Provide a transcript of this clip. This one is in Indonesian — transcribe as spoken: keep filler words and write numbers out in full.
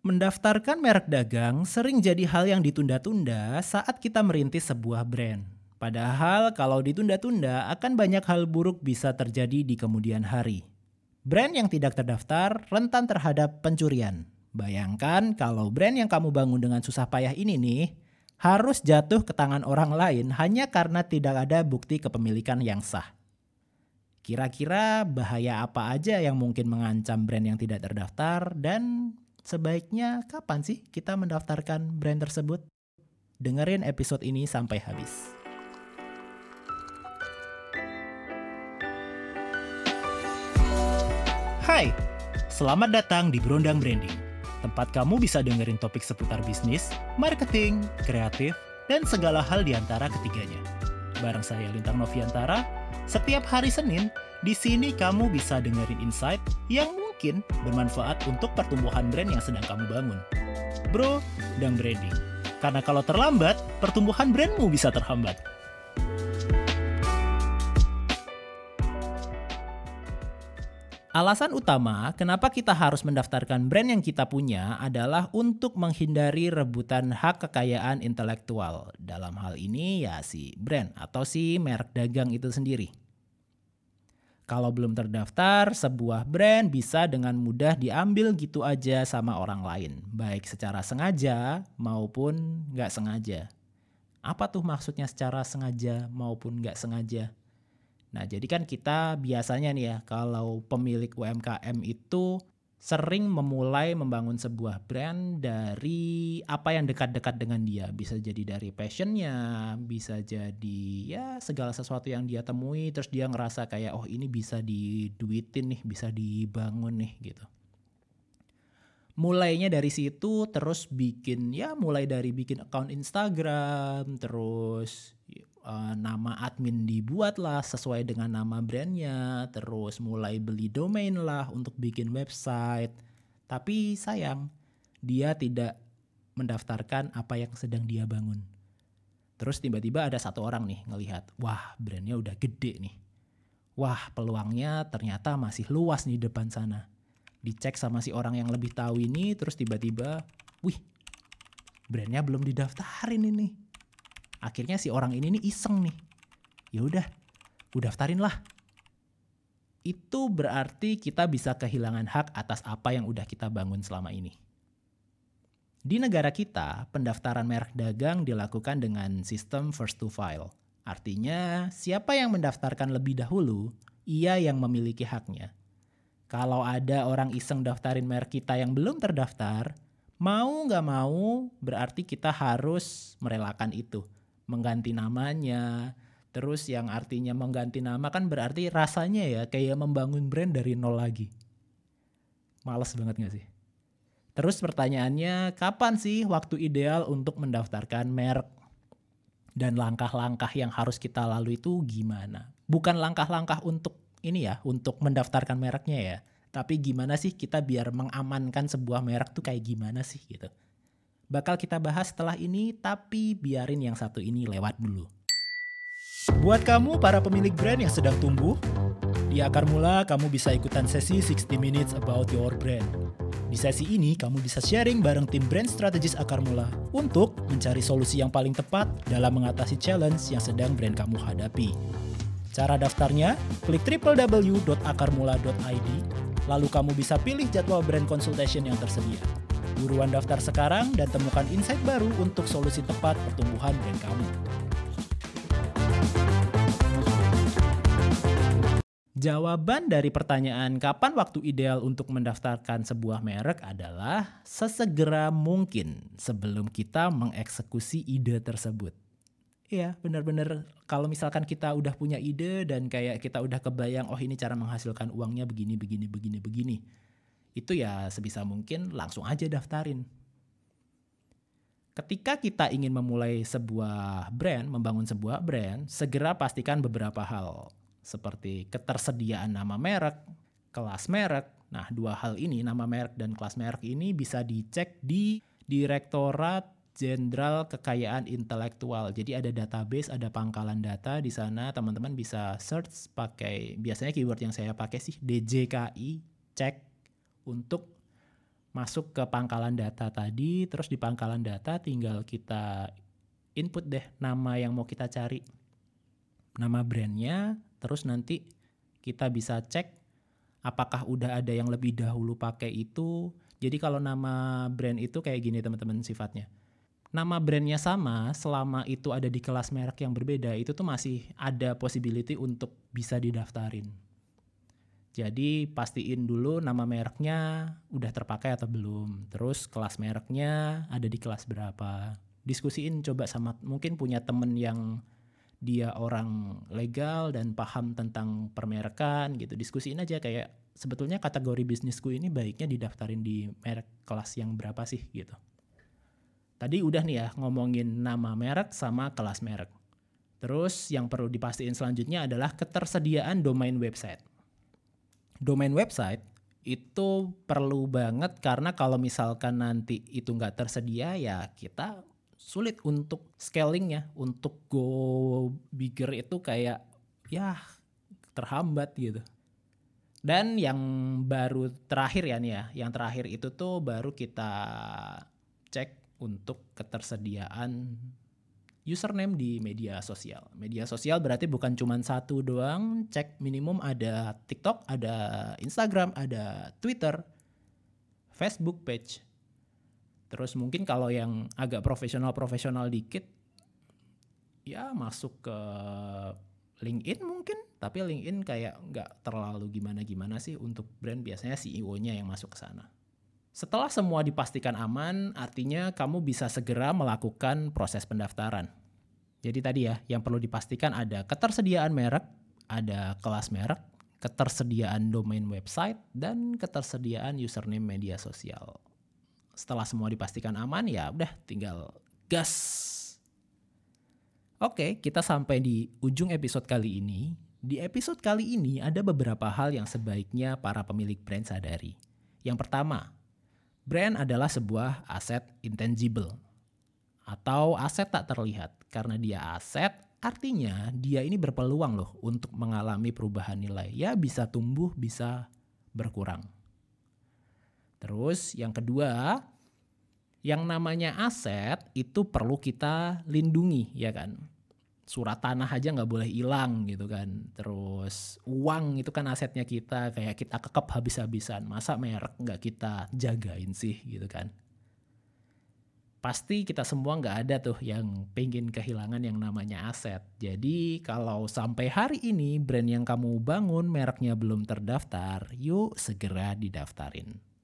Mendaftarkan merek dagang sering jadi hal yang ditunda-tunda saat kita merintis sebuah brand. Padahal kalau ditunda-tunda akan banyak hal buruk bisa terjadi di kemudian hari. Brand yang tidak terdaftar rentan terhadap pencurian. Bayangkan kalau brand yang kamu bangun dengan susah payah ini nih harus jatuh ke tangan orang lain hanya karena tidak ada bukti kepemilikan yang sah. Kira-kira bahaya apa aja yang mungkin mengancam brand yang tidak terdaftar dan sebaiknya kapan sih kita mendaftarkan brand tersebut? Dengerin episode ini sampai habis. Hai, selamat datang di Berondang Branding. Tempat kamu bisa dengerin topik seputar bisnis, marketing, kreatif, dan segala hal di antara ketiganya. Bareng saya Lintang Noviantara, setiap hari Senin, di sini kamu bisa dengerin insight yang mungkin bermanfaat untuk pertumbuhan brand yang sedang kamu bangun. Bro, dan branding. Karena kalau terlambat, pertumbuhan brandmu bisa terhambat. Alasan utama kenapa kita harus mendaftarkan brand yang kita punya adalah untuk menghindari rebutan hak kekayaan intelektual. Dalam hal ini ya si brand atau si merek dagang itu sendiri. Kalau belum terdaftar, sebuah brand bisa dengan mudah diambil gitu aja sama orang lain. Baik secara sengaja maupun nggak sengaja. Apa tuh maksudnya secara sengaja maupun nggak sengaja? Nah, jadi kan kita biasanya nih ya, kalau pemilik U M K M itu sering memulai membangun sebuah brand dari apa yang dekat-dekat dengan dia. Bisa jadi dari passionnya, bisa jadi ya segala sesuatu yang dia temui, terus dia ngerasa kayak, oh ini bisa diduitin nih, bisa dibangun nih gitu. Mulainya dari situ terus bikin ya mulai dari bikin account Instagram, terus uh, nama admin dibuat lah sesuai dengan nama brandnya, terus mulai beli domain lah untuk bikin website. Tapi sayang, dia tidak mendaftarkan apa yang sedang dia bangun. Terus tiba-tiba ada satu orang nih ngelihat, wah brandnya udah gede nih. Wah peluangnya ternyata masih luas nih depan sana. Dicek sama si orang yang lebih tahu ini, terus tiba-tiba, wih, brandnya belum didaftarin ini. Akhirnya si orang ini nih iseng nih. Ya udah, gue daftarin lah. Itu berarti kita bisa kehilangan hak atas apa yang udah kita bangun selama ini. Di negara kita, pendaftaran merek dagang dilakukan dengan sistem first to file. Artinya, siapa yang mendaftarkan lebih dahulu, ia yang memiliki haknya. Kalau ada orang iseng daftarin merek kita yang belum terdaftar, mau nggak mau berarti kita harus merelakan itu. Mengganti namanya, terus yang artinya mengganti nama kan berarti rasanya ya kayak membangun brand dari nol lagi. Males banget nggak sih? Terus pertanyaannya, kapan sih waktu ideal untuk mendaftarkan merek? Dan langkah-langkah yang harus kita lalui itu gimana? Bukan langkah-langkah untuk ini ya, untuk mendaftarkan mereknya ya. Tapi gimana sih kita biar mengamankan sebuah merek tuh kayak gimana sih gitu. Bakal kita bahas setelah ini, tapi biarin yang satu ini lewat dulu. Buat kamu para pemilik brand yang sedang tumbuh, di Akar Mula kamu bisa ikutan sesi enam puluh minutes about your brand. Di sesi ini kamu bisa sharing bareng tim brand strategis Akar Mula untuk mencari solusi yang paling tepat dalam mengatasi challenge yang sedang brand kamu hadapi. Cara daftarnya, klik w w w dot akarmula dot i d, lalu kamu bisa pilih jadwal brand consultation yang tersedia. Buruan daftar sekarang dan temukan insight baru untuk solusi tepat pertumbuhan brand kamu. Jawaban dari pertanyaan kapan waktu ideal untuk mendaftarkan sebuah merek adalah sesegera mungkin sebelum kita mengeksekusi ide tersebut. Iya, benar-benar kalau misalkan kita udah punya ide dan kayak kita udah kebayang, oh ini cara menghasilkan uangnya begini, begini, begini, begini. Itu ya sebisa mungkin langsung aja daftarin. Ketika kita ingin memulai sebuah brand, membangun sebuah brand, segera pastikan beberapa hal. Seperti ketersediaan nama merek, kelas merek. Nah, dua hal ini, nama merek dan kelas merek ini bisa dicek di Direktorat Jenderal Kekayaan Intelektual. Jadi ada database, ada pangkalan data di sana. Teman-teman bisa search pakai, biasanya keyword yang saya pakai sih D J K I, cek untuk masuk ke pangkalan data tadi, terus di pangkalan data tinggal kita input deh nama yang mau kita cari, nama brandnya, terus nanti kita bisa cek apakah udah ada yang lebih dahulu pakai itu. Jadi kalau nama brand itu kayak gini teman-teman sifatnya. Nama brandnya sama, selama itu ada di kelas merek yang berbeda, itu tuh masih ada possibility untuk bisa didaftarin. Jadi pastiin dulu nama mereknya udah terpakai atau belum. Terus kelas mereknya ada di kelas berapa. Diskusiin coba sama mungkin punya temen yang dia orang legal dan paham tentang permerekan gitu. Diskusiin aja kayak sebetulnya kategori bisnisku ini baiknya didaftarin di merek kelas yang berapa sih gitu. Tadi udah nih ya ngomongin nama merek sama kelas merek. Terus yang perlu dipastiin selanjutnya adalah ketersediaan domain website. Domain website itu perlu banget karena kalau misalkan nanti itu nggak tersedia ya kita sulit untuk scalingnya, untuk go bigger itu kayak ya terhambat gitu. Dan yang baru terakhir ya nih ya, yang terakhir itu tuh baru kita cek untuk ketersediaan username di media sosial. Media sosial berarti bukan cuma satu doang, cek minimum ada TikTok, ada Instagram, ada Twitter, Facebook page. Terus mungkin kalau yang agak profesional-profesional dikit, ya masuk ke LinkedIn mungkin. Tapi LinkedIn kayak nggak terlalu gimana-gimana sih untuk brand, biasanya C E O-nya yang masuk ke sana. Setelah semua dipastikan aman, artinya kamu bisa segera melakukan proses pendaftaran. Jadi tadi ya, yang perlu dipastikan ada ketersediaan merek, ada kelas merek, ketersediaan domain website, dan ketersediaan username media sosial. Setelah semua dipastikan aman, ya udah tinggal gas. Oke, kita sampai di ujung episode kali ini. Di episode kali ini ada beberapa hal yang sebaiknya para pemilik brand sadari. Yang pertama, brand adalah sebuah aset intangible atau aset tak terlihat. Karena dia aset, artinya dia ini berpeluang loh untuk mengalami perubahan nilai. Ya bisa tumbuh, bisa berkurang. Terus yang kedua, yang namanya aset itu perlu kita lindungi ya kan. Surat tanah aja nggak boleh hilang gitu kan. Terus uang itu kan asetnya kita, kayak kita kekep habis-habisan. Masa merek nggak kita jagain sih gitu kan. Pasti kita semua nggak ada tuh yang pengen kehilangan yang namanya aset. Jadi kalau sampai hari ini brand yang kamu bangun mereknya belum terdaftar, yuk segera didaftarin.